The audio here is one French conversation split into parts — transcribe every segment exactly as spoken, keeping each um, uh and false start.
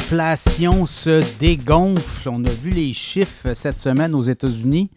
l'inflation se dégonfle. On a vu les chiffres cette semaine aux États-Unis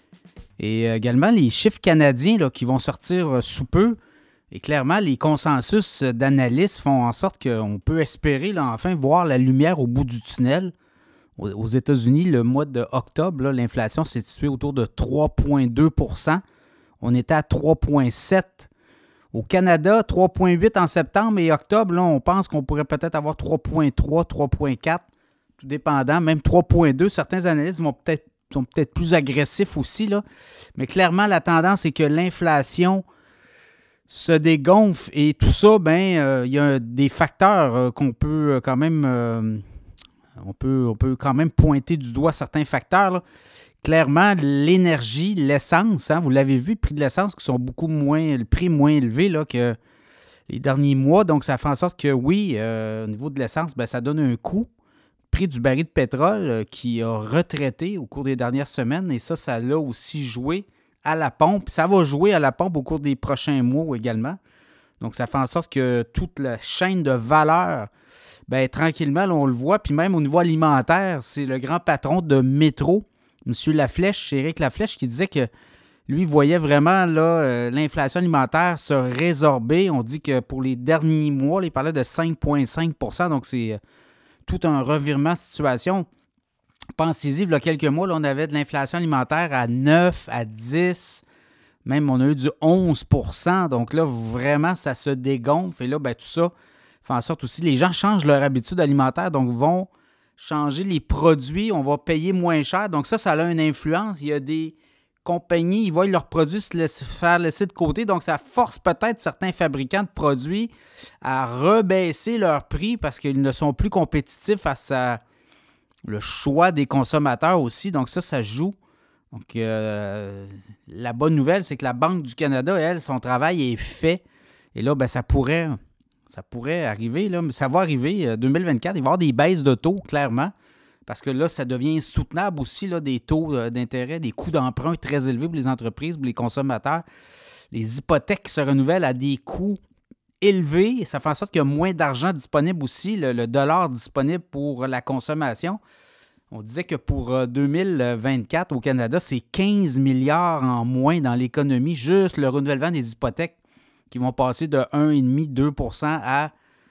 et également les chiffres canadiens là, qui vont sortir sous peu. Et clairement, les consensus d'analystes font en sorte qu'on peut espérer là, enfin voir la lumière au bout du tunnel. Aux États-Unis, le mois d'octobre, là, l'inflation s'est située autour de trois virgule deux pour cent. On était à trois virgule sept pour cent. Au Canada, trois virgule huit pour cent en septembre et octobre, là, on pense qu'on pourrait peut-être avoir trois virgule trois, trois virgule quatre, tout dépendant, même trois virgule deux. Certains analystes vont peut-être, sont peut-être plus agressifs aussi, là. Mais clairement, la tendance est que l'inflation se dégonfle et tout ça, ben, euh, il y a des facteurs euh, qu'on peut quand même, euh, on peut, on peut quand même pointer du doigt certains facteurs, là. Clairement, l'énergie, l'essence, hein, vous l'avez vu, le prix de l'essence qui sont beaucoup moins, le prix moins élevé là, que les derniers mois. Donc, ça fait en sorte que oui, euh, au niveau de l'essence, ben, ça donne un coût. Le prix du baril de pétrole euh, qui a retraité au cours des dernières semaines et ça, ça l'a aussi joué à la pompe. Ça va jouer à la pompe au cours des prochains mois également. Donc, ça fait en sorte que toute la chaîne de valeur, ben, tranquillement, là, on le voit. Puis même au niveau alimentaire, c'est le grand patron de Métro, M. Laflèche, Éric Laflèche, qui disait que lui voyait vraiment là, euh, l'inflation alimentaire se résorber. On dit que pour les derniers mois, là, il parlait de cinq virgule cinq pour cent, donc c'est euh, tout un revirement de situation. Pensez-y, il y a quelques mois, là, on avait de l'inflation alimentaire à neuf, à dix, même on a eu du onze pour cent. Donc là, vraiment, ça se dégonfle. Et là, ben, tout ça fait en sorte aussi, les gens changent leur habitude alimentaire, donc vont changer les produits, on va payer moins cher. Donc ça, ça a une influence. Il y a des compagnies, ils voient leurs produits se laisser, faire laisser de côté. Donc ça force peut-être certains fabricants de produits à rebaisser leur prix parce qu'ils ne sont plus compétitifs face à le choix des consommateurs aussi. Donc ça, ça joue. Donc euh, la bonne nouvelle, c'est que la Banque du Canada, elle, son travail est fait. Et là, ben, ça pourrait... Ça pourrait arriver, là, mais ça va arriver. Euh, deux mille vingt-quatre, il va y avoir des baisses de taux, clairement, parce que là, ça devient soutenable aussi, là, des taux euh, d'intérêt, des coûts d'emprunt très élevés pour les entreprises, pour les consommateurs. Les hypothèques qui se renouvellent à des coûts élevés, et ça fait en sorte qu'il y a moins d'argent disponible aussi, le, le dollar disponible pour la consommation. On disait que pour euh, deux mille vingt-quatre, au Canada, c'est quinze milliards en moins dans l'économie, juste le renouvellement des hypothèques, qui vont passer de un virgule cinq à deux pour cent à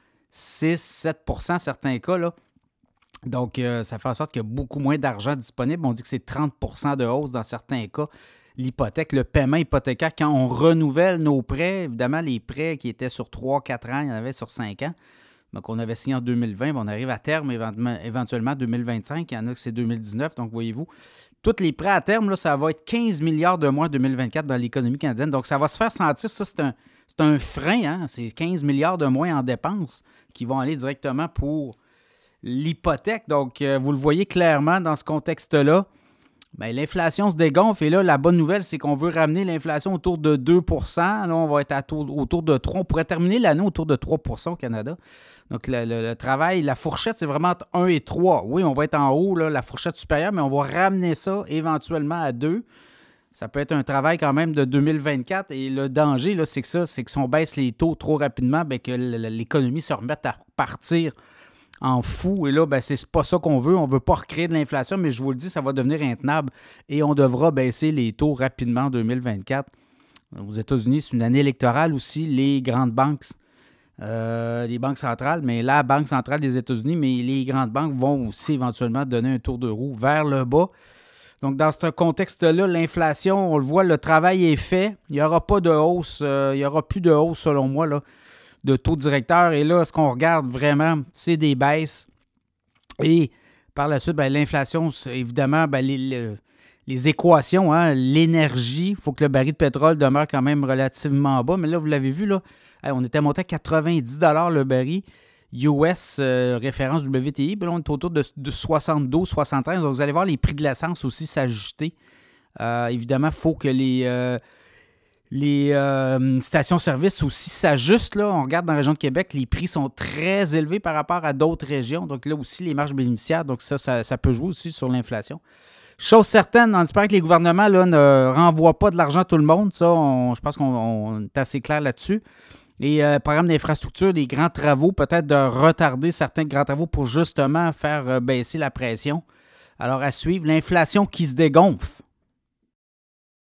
six à sept pour cent certains cas, là. Donc, euh, ça fait en sorte qu'il y a beaucoup moins d'argent disponible. On dit que c'est trente pour cent de hausse dans certains cas. L'hypothèque, le paiement hypothécaire, quand on renouvelle nos prêts, évidemment, les prêts qui étaient sur trois à quatre ans, il y en avait sur cinq ans. Donc, on avait signé en deux mille vingt, on arrive à terme éventuellement en deux mille vingt-cinq. Il y en a que c'est deux mille dix-neuf. Donc, voyez-vous, tous les prêts à terme, là, ça va être quinze milliards de moins en deux mille vingt-quatre dans l'économie canadienne. Donc, ça va se faire sentir. Ça, c'est un, c'est un frein. Hein? C'est quinze milliards de moins en dépenses qui vont aller directement pour l'hypothèque. Donc, euh, vous le voyez clairement dans ce contexte-là. Bien, l'inflation se dégonfle. Et là, la bonne nouvelle, c'est qu'on veut ramener l'inflation autour de deux pour cent. Là, on va être à tour, autour de trois. On pourrait terminer l'année autour de trois pour cent au Canada. Donc, le, le, le travail, la fourchette, c'est vraiment entre un et trois. Oui, on va être en haut, là, la fourchette supérieure, mais on va ramener ça éventuellement à deux. Ça peut être un travail quand même de deux mille vingt-quatre. Et le danger, là, c'est que ça, c'est que si on baisse les taux trop rapidement, bien, que l'économie se remette à partir en fou. Et là, ben, c'est pas ça qu'on veut. On ne veut pas recréer de l'inflation, mais je vous le dis, ça va devenir intenable. Et on devra baisser les taux rapidement en deux mille vingt-quatre. Aux États-Unis, c'est une année électorale aussi. Les grandes banques, euh, les banques centrales, mais la Banque centrale des États-Unis, mais les grandes banques vont aussi éventuellement donner un tour de roue vers le bas. Donc, dans ce contexte-là, l'inflation, on le voit, le travail est fait. Il n'y aura pas de hausse, euh, il n'y aura plus de hausse, selon moi, là, de taux directeur. Et là, ce qu'on regarde vraiment, c'est des baisses. Et par la suite, bien, l'inflation, c'est évidemment, bien, les, les, les équations, hein, l'énergie, il faut que le baril de pétrole demeure quand même relativement bas. Mais là, vous l'avez vu, là, on était monté à quatre-vingt-dix dollars le baril. U S, euh, référence W T I, puis là, on est autour de, de soixante-douze soixante-treize. Donc, vous allez voir les prix de l'essence aussi s'ajuster. Euh, évidemment, il faut que les, euh, les euh, stations-service aussi s'ajustent. Là. On regarde dans la région de Québec, les prix sont très élevés par rapport à d'autres régions. Donc, là aussi, les marges bénéficiaires, donc ça, ça, ça peut jouer aussi sur l'inflation. Chose certaine, on espère que les gouvernements là, ne renvoient pas de l'argent à tout le monde. Ça, on, je pense qu'on on est assez clair là-dessus. Les euh, programmes d'infrastructure, des grands travaux, peut-être de retarder certains grands travaux pour justement faire euh, baisser la pression. Alors, à suivre, l'inflation qui se dégonfle.